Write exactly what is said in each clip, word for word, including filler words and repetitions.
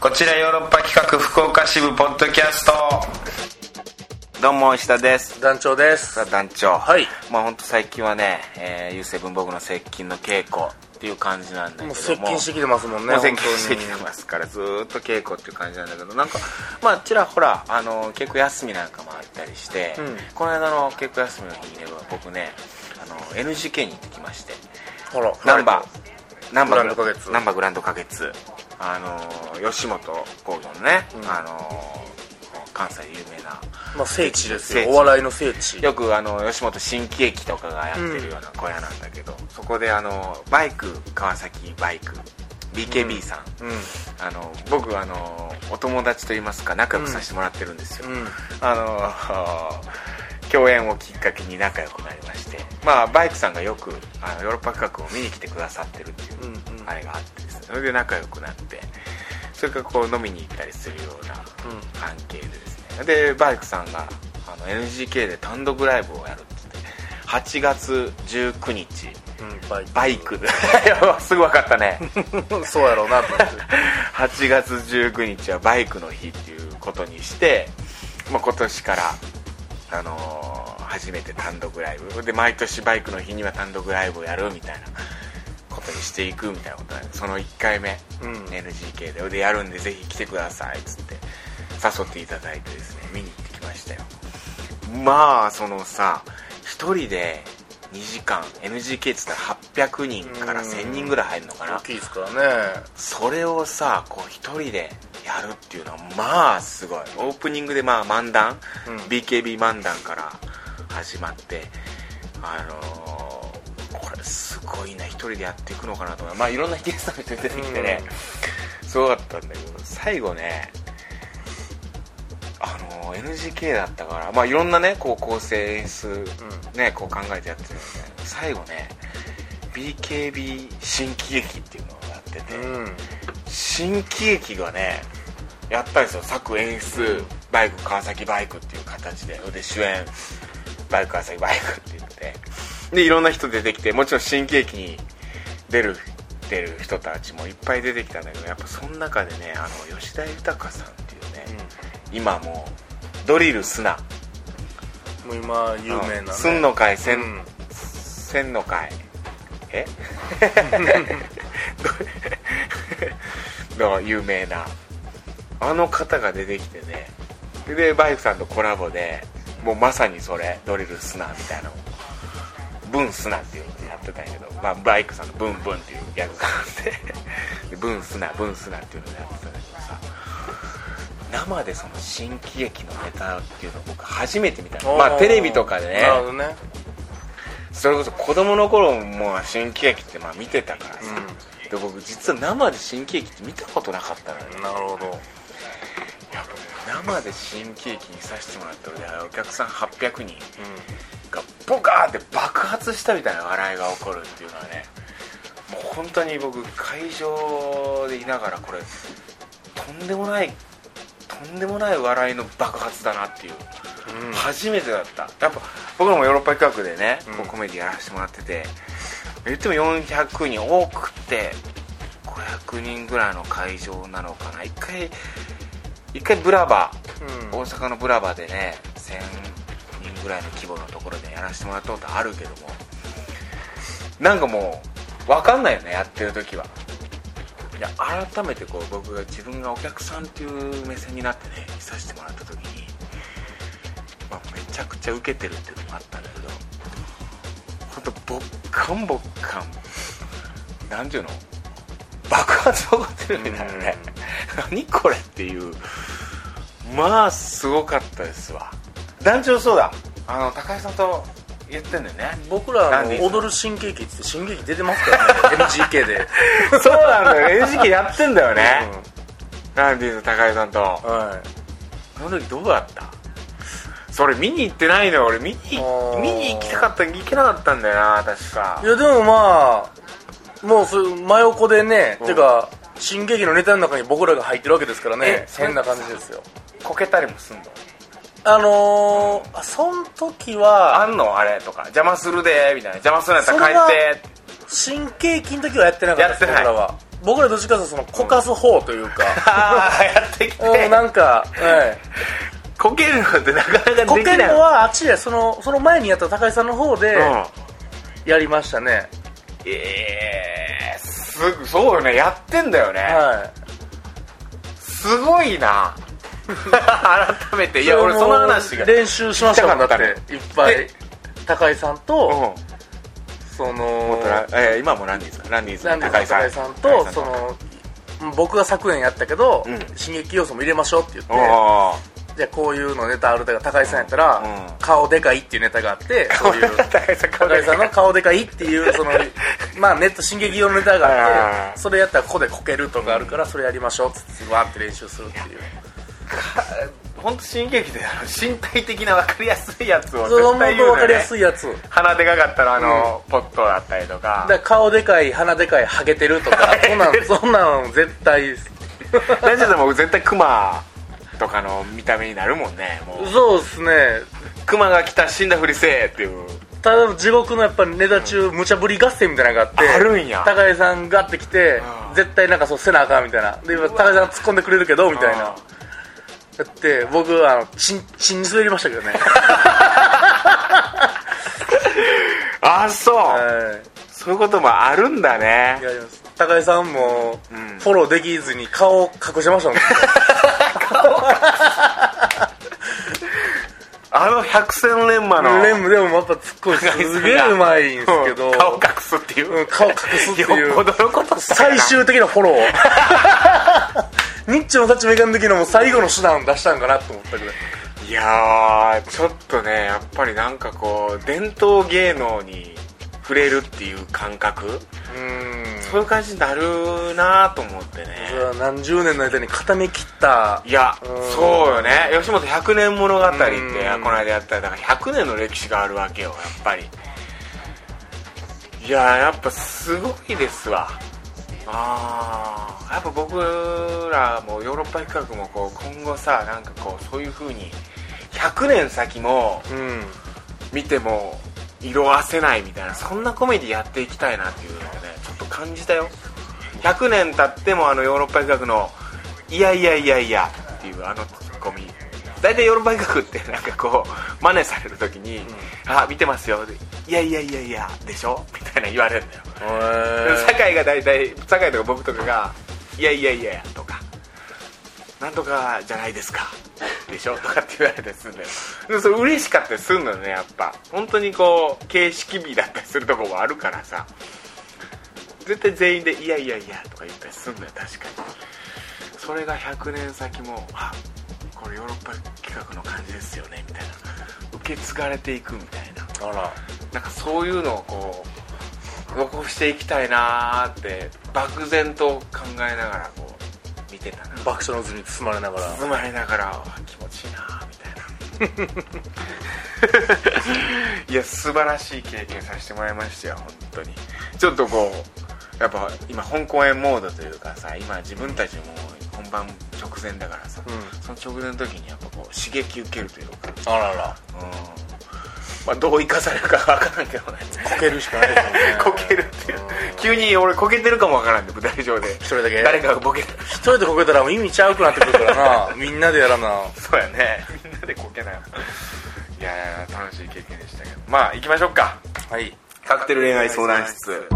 こちらヨーロッパ企画福岡支部ポッドキャスト。どうも石田です。 団長です。 さあ団長、 はい、 まあ本当最近はね、えー、ゆうせい文房具の接近の稽古っていう感じなんだけども、 もう接近してきてますもんね。 もう接近してきてますからずーっと稽古っていう感じなんだけど、なんかまあちらほらあの稽古休みなんかもあったりして、うん、この間の稽古休みの日にね僕ねあの エヌジーケー に行ってきまして、 あらナンバーナンバーグランド花月ナンバーグランド花月、あの吉本興業のね、うん、あの関西有名な、 まあ、聖地ですよ。お笑いの聖地。 よくあの吉本新喜劇とかがやってるような小屋なんだけど、うん、そこであのバイク川崎バイク ビーケービー さん、うんうん、あの僕あのお友達といいますか仲良くさせてもらってるんですよ、うん、あの共演をきっかけに仲良くなりまして、まあバイクさんがよくあのヨーロッパ企画を見に来てくださってるっていう、うんうん、あれがあってですね、それで仲良くなって、それからこう飲みに行ったりするような関係でですね、でバイクさんがあの エヌジーケー で単独ライブをやるって言ってはちがつじゅうくにち、うん、バイク、バイクですぐ分かったねそうやろうなと思ってはちがつじゅうくにちはバイクの日っていうことにして、まあ、今年からあのー、初めて単独ライブで、毎年バイクの日には単独ライブをやるみたいなことにしていくみたいなことなんで、そのいっかいめ、うん、エヌジーケー ででやるんでぜひ来てくださいっつって誘っていただいてですね、見に行ってきましたよ。まあそのさ一人でにじかん エヌジーケー っつったらはっぴゃくにんからせんにんぐらい入るのかな。 大きいですからね。 それをさこう一人でやるっていうのはまあすごい。オープニングでまあ漫談、うん、ビーケービー 漫談から始まって、あのー、これすごいな、一人でやっていくのかなと思う。まあいろんなゲストの人出てきてね、うん、すごかったんだけど、最後ねあの エヌジーケー だったから、まあいろんなねこう構成演出、うん、ねこう考えてやってるんで、最後ね ビーケービー 新喜劇っていうのをやってて、うん、新喜劇がねやったんですよ。作演出、うん、バイク川崎バイクっていう形で、で主演バイク川崎バイクって言ってでいろんな人出てきて、もちろん新喜劇に出る出る人たちもいっぱい出てきたんだけど、やっぱその中でねあの吉田豊さんっていうね、うん、今もうドリル砂もう今有名なね、 すんの会せん、うん、せんの会えの有名なあの方が出てきてね、でバイクさんとコラボでもうまさにそれドリル砂みたいなのをブン砂っていうのをやってたんやけど、まあ、バイクさんのブンブンっていうギャグがあってブン砂ブン砂っていうのをやってたんだけどさ、生でその新喜劇のネタっていうのを僕初めて見たの。まあテレビとかでね、 なるほどね、 それこそ子供の頃も新喜劇ってまあ見てたからさ、うん、で僕実は生で新喜劇って見たことなかったのよ。 なるほど。 やっぱ生で新喜劇にさせてもらったのでお客さんはっぴゃくにんがボカーって爆発したみたいな笑いが起こるっていうのはね、もう本当に僕会場でいながらこれとんでもないとんでもない笑いの爆発だなっていう、うん、初めてだった。やっぱ僕らもヨーロッパ企画でね、うん、コメディやらせてもらってて、言ってもよんひゃくにん多くてごひゃくにんぐらいの会場なのかな。一回一回ブラバー、うん、大阪のブラバーでねせんにんぐらいの規模のところでやらせてもらったことあるけども、なんかもう分かんないよねやってる時は。いや改めてこう僕が自分がお客さんっていう目線になってね見させてもらった時に、まあ、めちゃくちゃウケてるっていうのもあったんだけど、ほんとボッカンボッカンなんていうの爆発起こってるみたいなね、何これっていう、まあすごかったですわ。団長そうだ、あの高橋さんと言ってんだよね。 僕らの踊る新喜劇って新喜劇出てますからねエヌジーケー でそうなんだよ エヌジーケー やってんだよね、うん、ランディーズ高橋さんと、はい、その時どうだった？それ見に行ってないのよ俺。見に見に行きたかった行けなかったんだよな確か。 いやでもまあもうそう真横でね、うん、てか新喜劇のネタの中に僕らが入ってるわけですからね、変な感じですよ。 こけたりもすんの？ あのー、そん時はあんのあれとか邪魔するでみたいな、邪魔するんやったら帰って。 新喜劇の時はやってなかったです。 やってない。 僕らは僕らどっちかというとそのこかす方というか、 ああやってきて、 うん、なんか、はい、 こけるのってなかなかできない。 こけるのはあっちでそのその前にやった高井さんの方でやりましたね、 うん、ええー、すぐそうよね、やってんだよね、 はい、 すごいな改めて。いや俺その話が練習しましたもんだっていっぱい高井さんと、うん、そのえー、今もランディーズランディーズの高井さん高井さんとその僕が昨年やったけど、うん、刺激要素も入れましょうって言って、じゃあこういうのネタあるだから高井さんやったら、うん、顔でかいっていうネタがあってそういう高井さんの顔でかいっていうそのまあネット進撃用のネタがあってそれやったらここでこけるとかあるからそれやりましょうってってワーって練習するっていう本当新劇で身体的な分かりやすいやつを絶対言うのよね。分かりやすいやつ、 鼻でかかったらあの、うん、ポットだったりとか、 だから顔でかい鼻でかいハゲてるとかそんなんそんなん絶対大丈夫でも絶対クマとかの見た目になるもんね。もうそうですね、 クマが来た死んだふりせえっていう。 ただ地獄のやっぱネタ中、うん、無茶ぶり合戦みたいなのがあってあるんや。 高井さんがってきて、うん、絶対なんかそうせなあかんみたいなで高井さんが突っ込んでくれるけどみたいなだって僕あのチンチンに滑りましたけどねあそう、 はい、 そういうこともあるんだね。 やります。高井さんもフォローできずに顔を隠してましたもんあの百戦錬磨のレンムでもやっぱツッコミすげえうまいんですけど、 うん、顔隠すっていう、 うん、顔隠すっていうよっぽどのことした最終的なフォローニッチもサッチもいかん時のもう最後の手段を出したんかなと思ったぐらい。 いやーちょっとねやっぱりなんかこう伝統芸能に触れるっていう感覚、うーんそういう感じになるなと思ってね。 何十年の間に固めきった。 いやそうよね。吉本ひゃくねん物語ってこの間やったらだからひゃくねんの歴史があるわけよやっぱり。いややっぱすごいですわ。あーやっぱ僕らもヨーロッパ企画もこう今後さなんかこうそういう風にひゃくねん先も見ても色褪せないみたいなそんなコメディやっていきたいなっていうのをねちょっと感じたよ。ひゃくねん経ってもあのヨーロッパ企画のいやいやいやいやっていうあのツッコミ大体ヨーロッパ企画ってなんかこう真似される時に、うん、あ見てますよいやいやいやいやでしょみたいな言われるんだよ。酒井が大体酒井とか僕とかがいやいやいやとかなんとかじゃないですかでしょとかって言われたりするんだよ。でもそれ嬉しかったりするのよねやっぱ。本当にこう形式美だったりするところもあるからさ絶対全員でいやいやいやとか言ったりするんだよ確かに。それがひゃくねん先もあこれヨーロッパ企画の感じですよねみたいな受け継がれていくみたいな。 あらなんかそういうのをこう残していきたいなーって漠然と考えながらこう見てたな。 爆笑の渦に包まれながら包まれながら気持ちいいなーみたいないや素晴らしい経験させてもらいましたよ本当に。ちょっとこうやっぱ今本公演モードというかさ今自分たちも本番直前だからさ、うん、その直前の時にやっぱこう刺激受けるというかあらら、 うんまあ、どう生かされるか分からんけどねこけるしかないですよねこけるっていう急に俺こけてるかも分からんで舞台上で一人だけ誰かがボケる一人でこけたらもう意味ちゃうくなってくるからなみんなでやらなそうやねみんなでこけないいやいや楽しい経験でしたけどまあ行きましょうか。 はいカクテル恋愛相談室。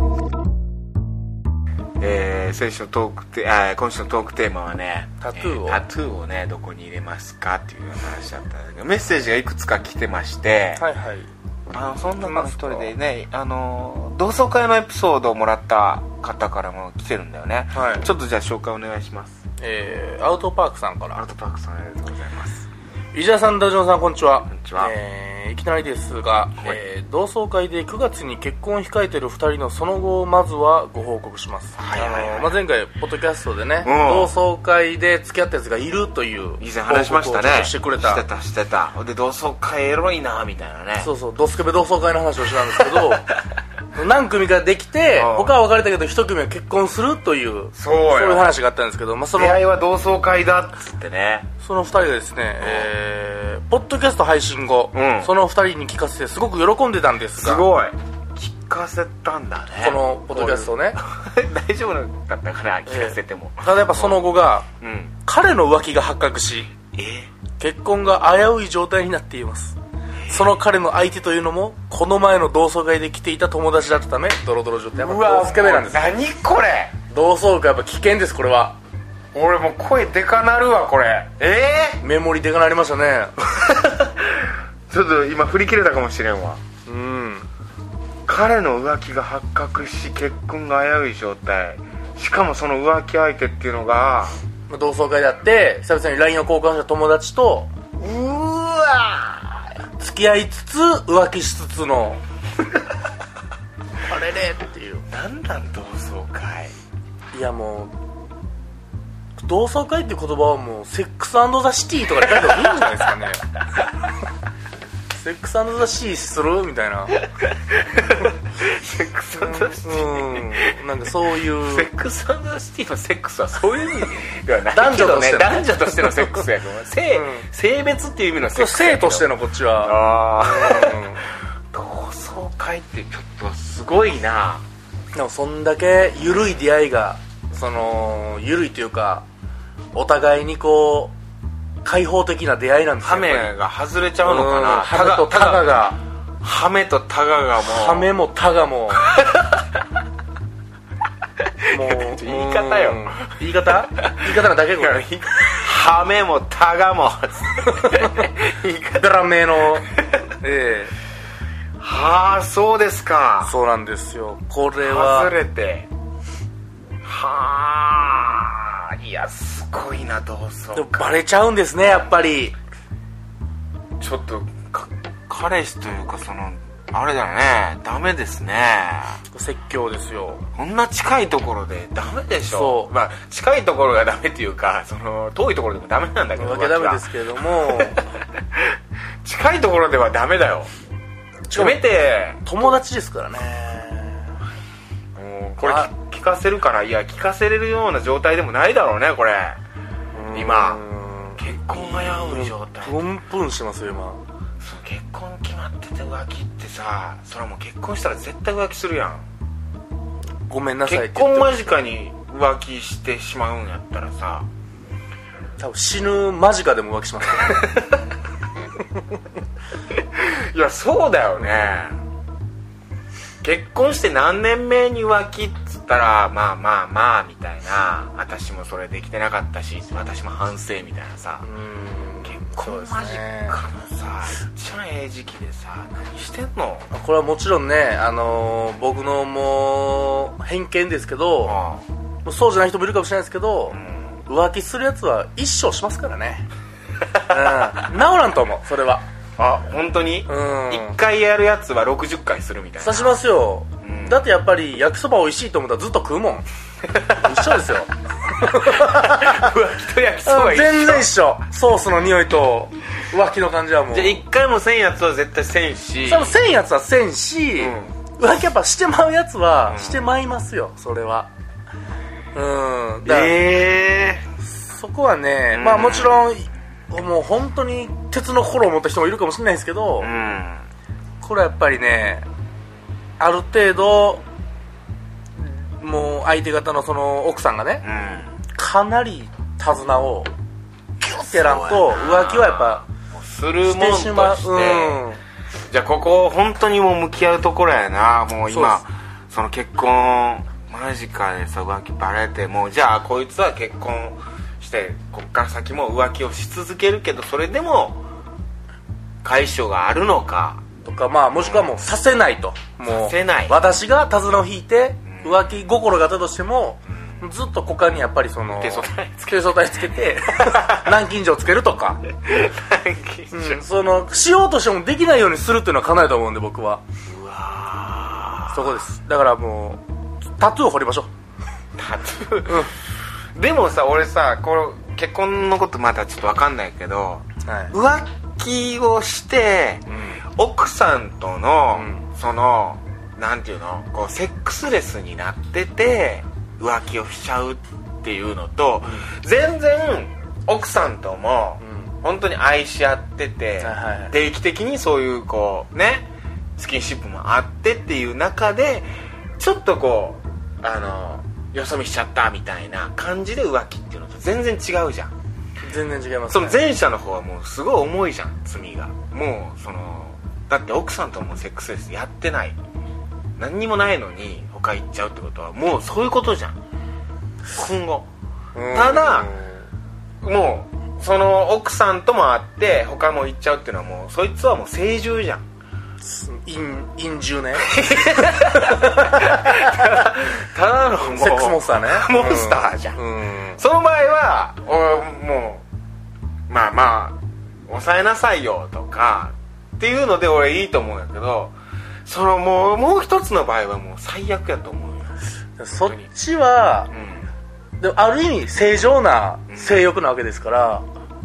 えー、先週のトークテあ今週のトークテーマはねタトゥーを、 えー、タトゥーをねどこに入れますかっていう話だったんだけどメッセージがいくつか来てましてはいはいあのそんなの一人でねあの同窓会のエピソードをもらった方からも来てるんだよね、はい、ちょっとじゃあ紹介お願いします。 えー、アウトパークさんからアウトパークさんありがとうございます。 伊沢さんダジョンさんこんにちは。 こんにちは。 えー、いきなりですが、はいえー、同窓会でくがつに結婚を控えているふたりのその後をまずはご報告します。はいはいはいあのまあ、前回ポッドキャストでね、うん、同窓会で付き合ったやつがいるという以前話しましたね。 してくれたしてたしてたで同窓会エロいなみたいなね。 そうそうドスケベ同窓会の話をしてたんですけど何組かできて他は別れたけど一組は結婚するというそうよそういう話があったんですけど、まあ、その出会いは同窓会だっつってねそのふたりがですね、えー、ポッドキャスト配信後、うん、そのふたりに聞かせてすごく喜んでたんですがすごいかせたんだね、 このポッドキャストをね大丈夫だったかな、聞かせても、 えー、ただやっぱその後が、うん、彼の浮気が発覚し、 えー、 結婚が危うい状態になっています。その彼の相手というのもこの前の同窓会で来ていた友達だったためドロドロ状態。 うわスケベなんです。何これ、 同窓会やっぱ危険です。これは俺もう声でかなるわこれ。えー、メモリでかなりましたねちょっと今振り切れたかもしれんわ。 うん、 彼の浮気が発覚し結婚が危うい状態、しかもその浮気相手っていうのが同窓会であって久々に ライン を交換した友達とうわ付き合いつつ浮気しつつのあれれっていう。 なんなん同窓会。 いやもう同窓会っていう言葉はもうセックス&ザ・シティとかで書いた方がいいんじゃないですかねセックス&ザ・シティするみたいなセックス&ザ・シティ、 うん、なんかそういうセックス&ザ・シティのセックスはそういう意味ではない男女としての、ね、 男女としてのセックスやけど性、うん、性別っていう意味のセックスやけど性としてのこっちはあ、うん、同窓会ってちょっとすごいな。 でもそんだけ緩い出会いがその緩いというかお互いにこう開放的な出会いなんですよ。 ハメが外れちゃうのかな。 ハメとタガがハメとタガがもうハメもタガももう言い方よ。 言い方言い方なだけこれハメもタガもベラメのええはあそうですか。 そうなんですよ。これは外れてはあいやすごいな同窓会。 でもバレちゃうんですねやっぱり。 ちょっと彼氏というかそのあれだよね、ダメですね。 説教ですよ。 こんな近いところでダメでしょ。そう、まあ近いところがダメっていうかその遠いところでもダメなんだけど、 わけダメですけれども近いところではダメだよ。せめて友達ですからね。 もうこれ聞かせるかな。いや聞かせれるような状態でもないだろうねこれ。今結婚が危うい状態。 プンプンしてますよ今。 結婚決まってて浮気ってさ、それはもう結婚したら絶対浮気するやん。 ごめんなさいって結婚間近に浮気してしまうんやったらさ、 多分死ぬ間近でも浮気しますからねいやそうだよね。結婚して何年目に浮気っつったらまあまあまあみたいな、私もそれできてなかったし私も反省みたいなさ、うん結婚間近のさ一番ええ時期でさ何してんの。 これはもちろんね、あのー、僕のもう偏見ですけど、もうそうじゃない人もいるかもしれないですけど、うん、浮気するやつは一生しますからね、うん、治らんと思うそれは。 あ本当に、うん、いっかいやるやつはろくじゅっかいするみたいな。 刺しますよ、うん、だってやっぱり焼きそば美味しいと思ったらずっと食うもん一緒ですよ浮気と焼きそば一緒。 全然一緒。ソースの匂いと浮気の感じはもう。 じゃあいっかいもせんやつは絶対せんし、 そのせんやつはせんし、うん、浮気やっぱしてまうやつはしてまいますよ、それは。うんだから、えー、そこはね、まあもちろんもう本当に鉄の心を持った人もいるかもしれないですけど、うん、これはやっぱりねある程度もう相手方のその奥さんがね、うん、かなり手綱をキュッてやらんと浮気はやっぱするもんとして、うん、じゃあここ本当にもう向き合うところやな。もう今 そ, その結婚間近でさ浮気バレて、もうじゃあこいつは結婚してこっから先も浮気をし続けるけどそれでも解消があるのかとか、まあもしくはもうさせないと、もうさせない、 私が手綱を引いて浮気心があったとしても、うん、ずっと股間にやっぱりその低素体つけて軟禁状つけるとか軟禁状、うん、そのしようとしてもできないようにするっていうのは叶えと思うんで僕は。うわそこです。だからもうタトゥーを彫りましょう。 タトゥー、うん、でもさ俺さこの結婚のことまだちょっと分かんないけど、はい、浮気をして、うん、奥さんとの、うん、そのなんていうのこうセックスレスになってて浮気をしちゃうっていうのと、うん、全然奥さんとも、うん、本当に愛し合ってて、はいはい、定期的にそういうこうねスキンシップもあってっていう中でちょっとこうあのよそ見しちゃったみたいな感じで浮気っていうのと全然違うじゃん。 全然違いますね。 その前者の方はもうすごい重いじゃん、罪が。もうそのだって奥さんともセックスレスやってない、何にもないのに他行っちゃうってことはもうそういうことじゃん今後。ただもうその奥さんとも会って他も行っちゃうっていうのはもうそいつはもう成獣じゃん。 陰獣ねただのもうセックスモンスターねモンスターじゃん、うん、その場合はもうまあまあ抑えなさいよとかっていうので俺いいと思うんだけど、そのもうもう一つの場合はもう最悪やと思うよ。 そっちは、うん、でもある意味正常な性欲なわけですから、うん、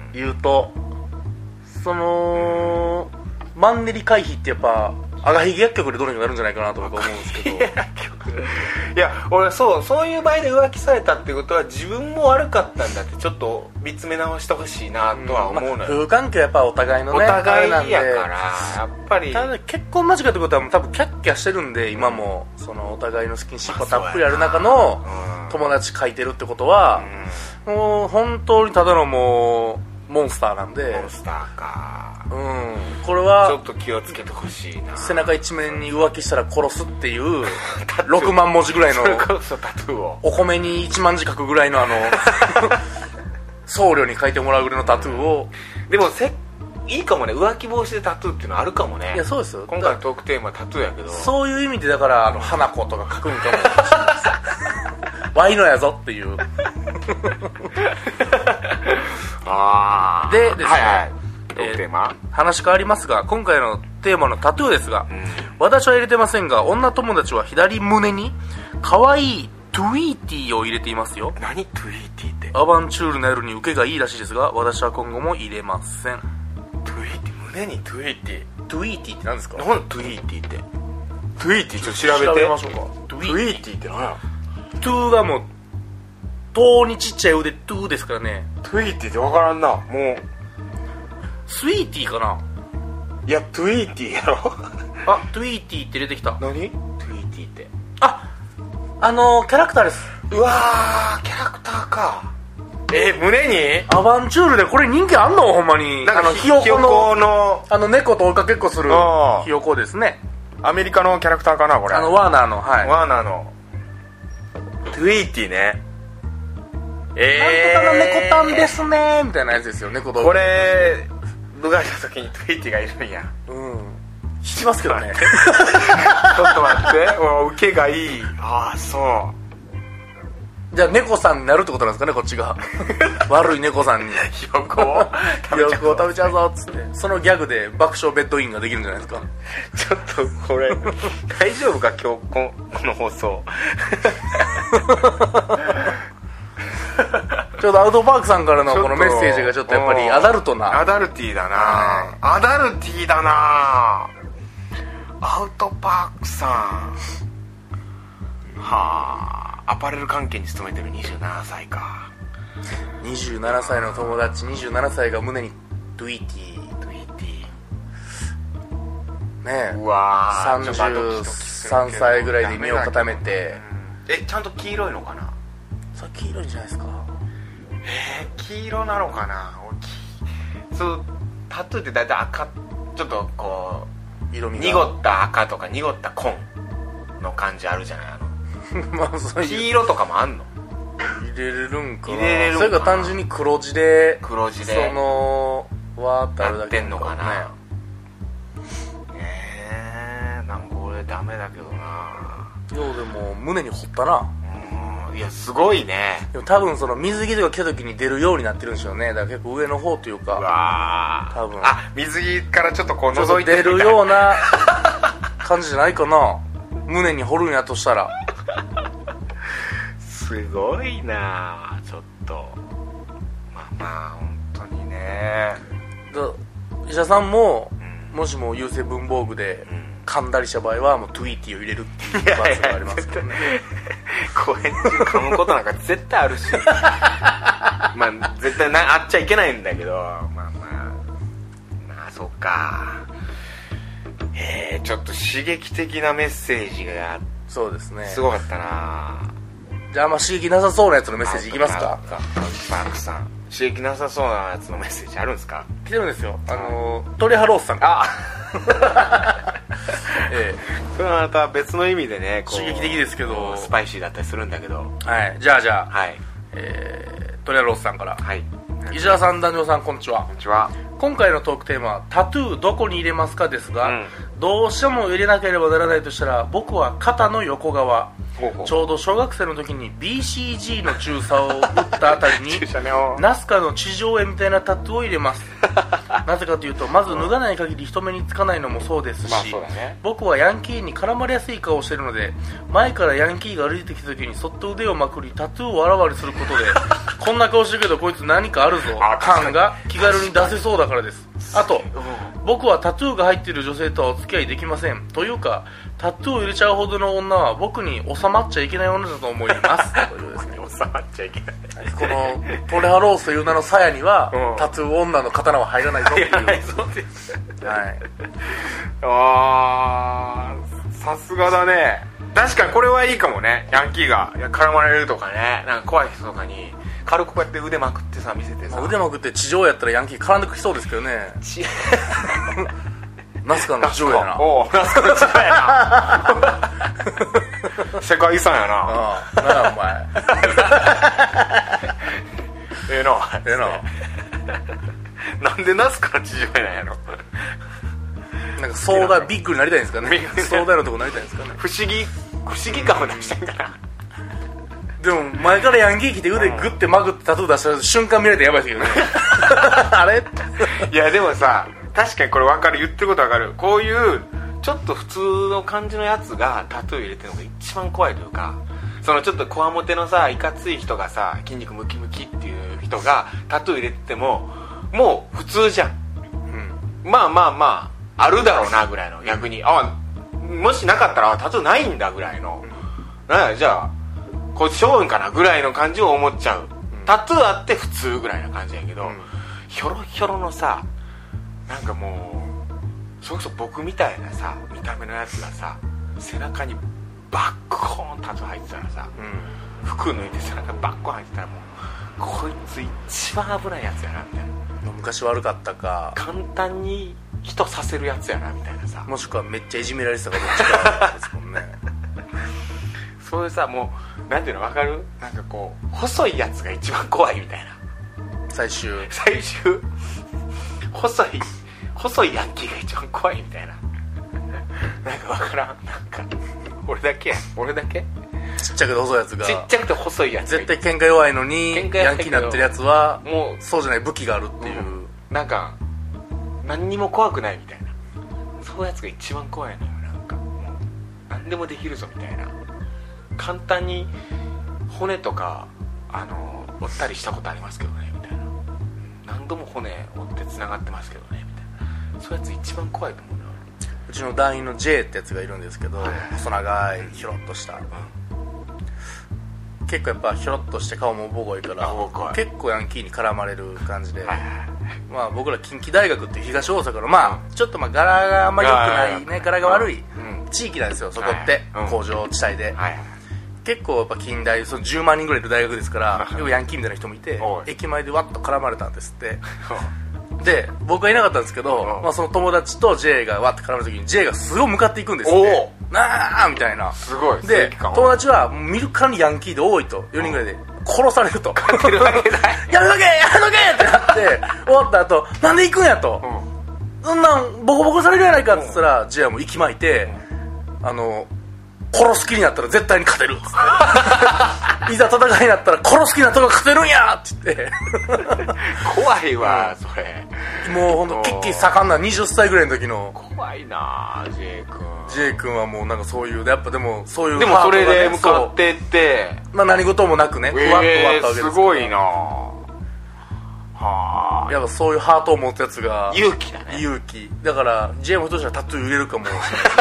言うとその、うんマンネリ回避ってやっぱ赤ひげ薬局でどうにかなるんじゃないかなと僕は思うんですけどいや俺そうそういう場合で浮気されたってことは自分も悪かったんだってちょっと見つめ直してほしいなとは思うのよ、うんまあ、 夫婦関係はやっぱお互いのねお互いやからやっぱりただ結婚間近ってことは多分キャッキャしてるんで今もそのお互いのスキンシップがたっぷりある中の友達書いてるってことは、うん、もう本当にただのもうモンスターなんでモンスターかうん、これはちょっと気をつけてほしいな。 背中一面に浮気したら殺すっていうろくまん文字ぐらいのそれこそタトゥーをお米にいちまん字書くぐらいのあの僧侶に書いてもらうぐらいのタトゥーを、 うん、でもせいいかもね、浮気防止でタトゥーっていうのあるかもね。 いやそうですよ、 今回のトークテーマはタトゥーやけどそういう意味でだからあの花子とか書くんかもしれないですワイのやぞっていうあでですね、 はいはいトークテーマ、 えー、話変わりますが今回のテーマのタトゥーですが、うん、私は入れてませんが女友達は左胸に可愛いトゥイーティーを入れていますよ。 何トゥイーティーってアバンチュールな夜に受けがいいらしいですが私は今後も入れません。 トゥイーティー胸にトゥイーティートゥイーティーって何ですか。 何トゥイーティーってトゥイーティーちょっと調べて調べましょうか。トゥイーティーって何や。 トゥーがもうトにちっちゃい腕トゥーですからね。 トゥイーティーって分からんな。もうスイーティーかな。 いやトゥイーティーやろあトゥイーティーって出てきた。 何トゥイーティーってああのー、キャラクターです。 うわーキャラクターか。え胸にアバンチュールでこれ人気あんのほんまに。 なんかあのひよこ の, のあの猫と追いかけっこするひよこですね。 アメリカのキャラクターかなこれ。 あのワーナーのはいワーナーのトゥイーティーね。 えー、なんとかの猫たんですねみたいなやつですよ。猫とこれ部外した時にトゥイーティーがいるんや。 うん引きますけどねちょっと待って受けがいい。ああそうじゃあ猫さんになるってことなんですかねこっちが悪い猫さんにひよこをひよこを食べちゃうぞっつってそのギャグで爆笑ベッドインができるんじゃないですか。 ちょっとこれ大丈夫か今日ここの放送ちょうどアウトパークさんからのこのメッセージがちょっとやっぱりアダルトなアダルティーだな、はい、アダルティーだな。アウトパークさんはあアパレル関係に勤めてるにじゅうななさいか。 にじゅうななさいの友達にじゅうななさいが胸にトゥイーティートゥイーティーねえうわさんじゅうさんさいぐらいで身を固めて、 うん、えちゃんと黄色いのかな。 それ黄色いんじゃないですか。 えー、黄色なのかな。そうタトゥーって大体赤ちょっとこう色味が濁った赤とか濁った紺の感じあるじゃない。あのまあそういう黄色とかもあんの入れれるんかな。 入れれるんかな。 それが単純に黒字で黒字でそのわーってあるだけなってんのかな。えー、なんか俺ダメだけどな。 ようでも胸に掘ったな。 いやすごいね。 でも多分その水着とか着た時に出るようになってるんでしょうね。だから結構上の方というか。 うわ多分あ水着からちょっとこう覗いてる出るような感じじゃないかな。胸に掘るんやとしたらすごいなちょっと。まあまあ本当にね。 だ医者さんも、うん、もしも優勢文房具で、うん噛んだりした場合はもうトゥイーティーを入れるっていう罰がありますけどね。 公園中噛むことなんか絶対あるしまあ絶対なあっちゃいけないんだけどまあまあまあそうか。えへえ、ちょっと刺激的なメッセージがそうですね、 すごかったな。 じゃああんま刺激なさそうなやつのメッセージいきますか。 マークさん、刺激なさそうなやつのメッセージあるんですか？ 来てるんですよ、あのー、トレハロースさんあええ、 それはまた別の意味でね、こう刺激的ですけどスパイシーだったりするんだけど、 はい、じゃあじゃあ、 はい、 えー、トレハロースさんから、 はい、 石田さん、男女さん、こんにちは。 こんにちは。 今回のトークテーマはタトゥーどこに入れますかですが、うん、どうしても入れなければならないとしたら僕は肩の横側、ほうほう、ちょうど小学生の時に ビーシージー の注射を打ったあたりにナスカの地上絵みたいなタトゥーを入れますなぜかというと、まず脱がない限り人目につかないのもそうですし、まあそうだね、僕はヤンキーに絡まれやすい顔をしているので、前からヤンキーが歩いてきた時にそっと腕をまくりタトゥーをあらわにすることでこんな顔してるけどこいつ何かあるぞ感が気軽に出せそうだからです。あと、僕はタトゥーが入っている女性とはお付き合いできません。というかタトゥーを入れちゃうほどの女は僕に収まっちゃいけない女だと思いますというですね収まっちゃいけないこのトレハロースという名の鞘には、うん、タトゥー女の刀は入らないぞっていう入らないぞですはい、 あー、さすがだね。確かにこれはいいかもね。ヤンキーが絡まれるとかね、なんか怖い人とかに軽くこうやって腕まくってさ見せてさ、 腕まくって地上やったらヤンキー絡んできそうですけどねナスカの地上やな。 おナスカの地上やな世界遺産やな。 ああ、なんやお前ええなええななんでナスカの地上やなんやろなんか壮大ビッグになりたいんですかね壮大なとこなりたいんですかね。 不思議不思議感を出したいんかな。 でも前からヤンキー来て腕グッてまぐってタトゥー出した瞬間見られてやばいですけどねあれいやでもさ、確かにこれ分かる、言ってること分かる。こういうちょっと普通の感じのやつがタトゥー入れてるのが一番怖いというか、そのちょっとこわもてのさ、いかつい人がさ、筋肉ムキムキっていう人がタトゥー入れててももう普通じゃん、うん、まあまあまああるだろうなぐらいの、逆にあもしなかったらタトゥーないんだぐらいの、なんやじゃあこいつしょうんかなぐらいの感じを思っちゃう、うん、タトゥーあって普通ぐらいな感じやけど、うん、ひょろひょろのさ、なんかもうそれこそ僕みたいなさ見た目のやつがさ、背中にバッコーンタトゥー入ってたらさ、うん、服脱いで背中にバッコーン入ってたらもうこいつ一番危ないやつやなみたいな、 昔悪かったか簡単に人させるやつやなみたいなさ、 もしくはめっちゃいじめられてたかどっちかですもんねそういうさ、もうなんていうの分かる、なんかこう細いやつが一番怖いみたいな、 最終最終細い細いヤンキーが一番怖いみたいななんか分からん、なんか俺だけや俺だけちっちゃくて細いやつがちっちゃくて細いやつ絶対喧嘩弱いのにヤンキーになってるやつはもうそうじゃない武器があるっていう、うん、 なんか何にも怖くないみたいな、そういうやつが一番怖いのよ。なんかもう何でもできるぞみたいな、簡単に骨とかあの折ったりしたことありますけどねみたいな、何度も骨折ってつながってますけどねみたいな、そういうやつ一番怖いと思うのよ。 うちの団員の J ってやつがいるんですけど、細長いひょろっとした、うん、結構やっぱひょろっとして顔もボコいから結構ヤンキーに絡まれる感じで、はいはい、まあ、僕ら近畿大学っていう東大阪の、まあ、ちょっとまあ柄があんまり良くないね、柄が悪い地域なんですよ、そこって、工場地帯で、結構やっぱ近代そのじゅうまんにんぐらいいる大学ですから結構ヤンキーみたいな人もいて、駅前でわっと絡まれたんですってで僕はいなかったんですけど、まあ、その友達と J がわって絡む時に J がすごい向かっていくんですってなあみたいな、 すごいで友達は見るからにヤンキーで多いとよにんぐらいで殺されるとやめとけやめとけってなって終わった後なんで行くんやと、うん、そんなんボコボコされるやないかって言ったら、うん、J はもう息巻いて、うん、あの殺す気になったら絶対に勝てるっつっていざ戦いになったら殺す気になったら勝てるんやって言って怖いわ、うん、それもうほんとキッキー盛んなはたちぐらいの時の怖いな J 君 J 君はもうなんかそういうやっぱでもそういうでもそれで向かってって、 まあ、何事もなくねふわっと終わったわけですけど、 すごいなはあ、やっぱそういうハートを持つやつが勇気だね、 勇気だから J もひとしたらタトゥー入れるかもしれ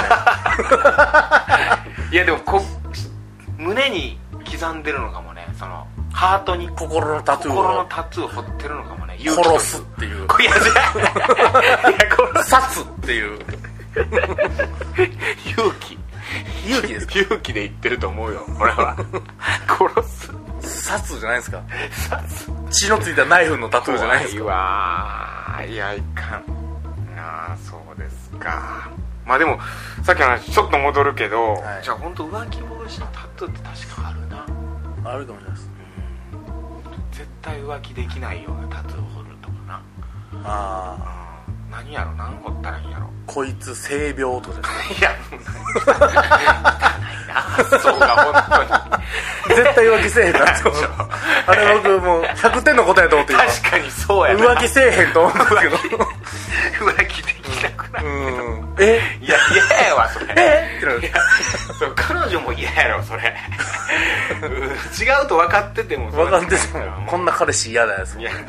ないですねいやでもこ胸に刻んでるのかもね、そのハートに心のタトゥーを心のタトゥーを彫ってるのかもね、 殺すっていういやいや殺すっていう勇気勇気ですか？ 勇気で言ってると思うよ俺は。殺す殺じゃないですか？ 殺血のついたナイフのタトゥーじゃないですか？ 怖いわ。いやいかん。ああそうですか。まあでもさっきの話ちょっと戻るけど、はい、じゃあ本当浮気防止のタトゥーって確かあるな。 あるかもしれないです、 うん、絶対浮気できないようなタトゥーを彫るとかな。 ああ、 うん、何やろ、何彫ったらいいんやろ。 こいつ性病とかいや汚いなそうが本当に絶対浮気せえへんなって思うあれ僕もうひゃくてんの答えと思って今確かにそうやな。 浮気せえへんと思うんですけど浮気できなくなるけど、 うん、えいや嫌やわそれ。 えってなる。 いやそう彼女も嫌やろそれ違うと分かってても分かっててもこんな彼氏嫌だよ。 いや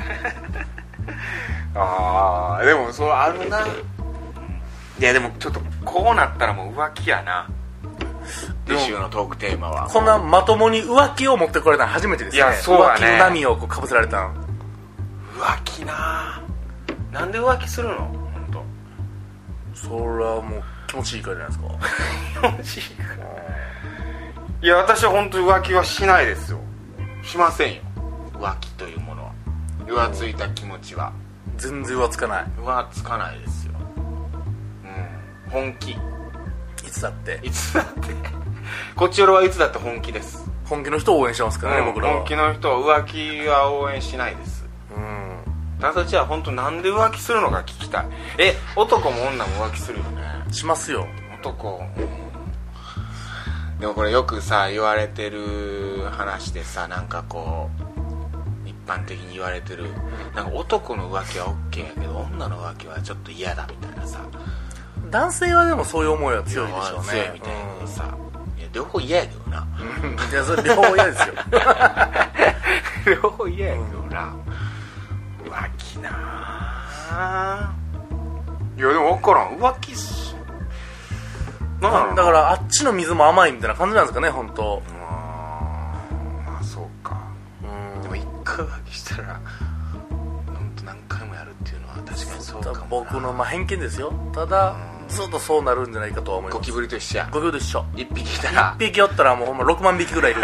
ああでもそうあるな。いやでもちょっとこうなったらもう浮気やな。次週のトークテーマはこんなまともに浮気を持ってこられたの初めてですね。 いやそうだね。 浮気の波をこうかぶせられたん。 浮気な。なんで浮気するの本当。 それはもう気持ちいいからじゃないですか。 気持ちいいから。いや私は本当に浮気はしないですよ。しませんよ浮気というものは。浮ついた気持ちは全然浮つかない。 浮つかないですよ、うん、本気。いつだっていつだってこっちよりはいつだって本気です。 本気の人を応援してますからね、うん、僕らは。 本気の人は浮気は応援しないです、うん、私は本当なんで浮気するのか聞きたい。え男も女も浮気するよね。 しますよ男、うん、でもこれよくさ言われてる話でさ、なんかこう一般的に言われてるなんか男の浮気は OK やけど女の浮気はちょっと嫌だみたいなさ。 男性はでもそういう思いは強いでしょうね。 強いみたいなさ、うん、いや両方嫌やけどな。 いやそれ両方嫌ですよ両方嫌やけどな、うん、浮気なあ。いやでも分からん浮気すなんだろうな。 だからあっちの水も甘いみたいな感じなんですかね本当。 うんまあそうか。うんでも一回浮気したら本当何回もやるっていうのは確かにそうかもな。 僕のまあ偏見ですよ。ただ、うんずっとそうなるんじゃないかとは思います。 ゴキブリと一緒や。 ゴキブリと一緒。 一匹いたら一匹おったらもうほんまろくまんびきぐらいいる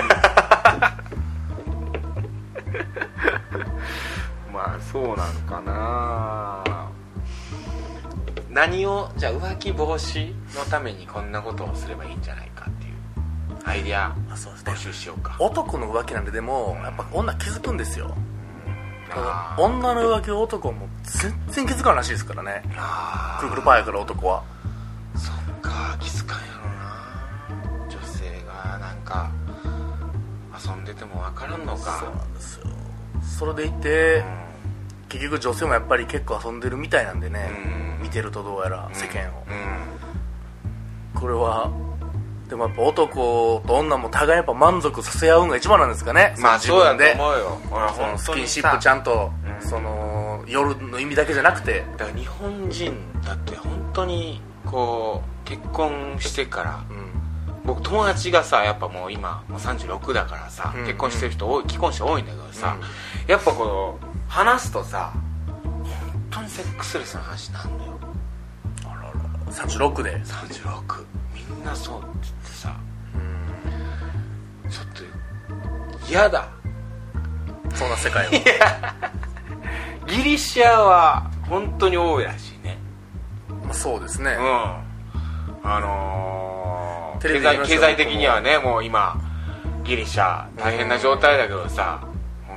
まあそうなのかな。何をじゃあ浮気防止のためにこんなことをすればいいんじゃないかっていうアイデア募集しようか。 男の浮気なんででもやっぱ女気づくんですよ。女の浮気を男も全然気づかんらしいですからね。くるくるパーやから男は。 そっか気づかんやろな。女性がなんか遊んでても分からんのか。 そうなんですよ。それでいて、うん、結局女性もやっぱり結構遊んでるみたいなんでね、うん、見てるとどうやら世間を、うん、これはでもやっぱ男と女も互いやっぱ満足させ合うのが一番なんですかね。 まあそうやと思うよ。 そのスキンシップちゃんと、うん、その夜の意味だけじゃなくて。 だから日本人だって本当にこう結婚してから、うん、僕友達がさやっぱもう今もうさんじゅうろくだからさ、うん、結婚してる人多い、既婚者多いんだけどさ、うん、やっぱこう話すとさ本当にセックスレスの話なんだよ。 あららさんじゅうろくでさんじゅうろくみんなそうって言ってさ、うん、ちょっと嫌だそんな世界を。 ギリシャは本当に多いらしいね。 まあ、そうですね、うん、 あのー、経済、経済的にはねもう今ギリシャ大変な状態だけどさ、うん、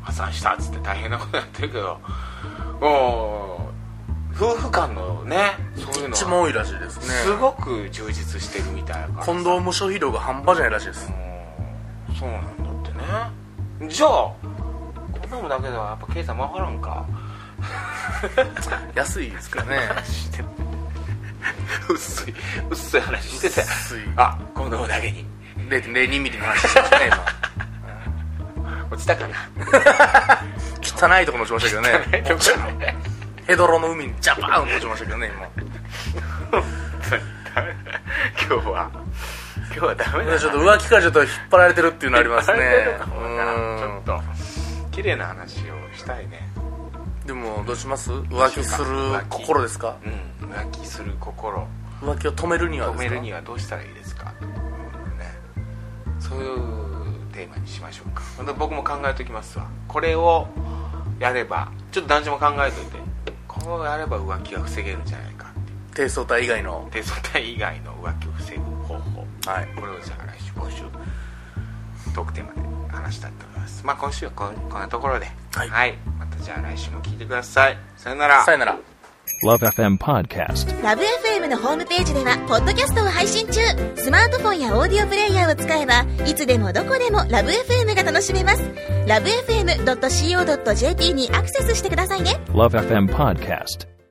破産したっつって大変なことやってるけどもう夫婦間のねそういうの一番多いらしいですね。 すごく充実してるみたいなからコンドーム消費量が半端じゃないらしいです。 うんそうなんだってね。じゃあコンドームだけではやっぱ経済回らんか。 安いですかね。 薄い薄い話してたよ。あコンドームだけにれいてんれいに ミリの話してましたね今。落ちたかな。 汚いところ落ちましたけどね。ヘドロの海にジャパーン落ちましたけどね今。今日は今日はダメだな。 ちょっと浮気からちょっと引っ張られてるっていうのありますね。 ちょっと綺麗な話をしたいね。 でもどうします？浮気する心ですか？ うん、浮気する心。 浮気を止めるにはですか？ 止めるにはどうしたらいいですか、うんね、そういうテーマにしましょうか。僕も考えておきますわ。これをやればちょっと男女も考えといて、これをやれば浮気が防げるんじゃないかっていう、 低層体以外の低層体以外の浮気を防ぐ方法、はい、これをじゃあ来週今週トークテーマで話したいと思います。まあ今週はこんなところで、はい、はい、またじゃあ来週も聞いてください。さよなら。 さよなら。 Love エフエム Podcast。 ラブ エフエム のホームページではポッドキャストを配信中。スマートフォンやオーディオプレイヤーを使えばいつでもどこでもラブ エフエム が楽しめます。ラブ エフエムドットシーオードットジェーピー にアクセスしてくださいね。 Love エフエム Podcast。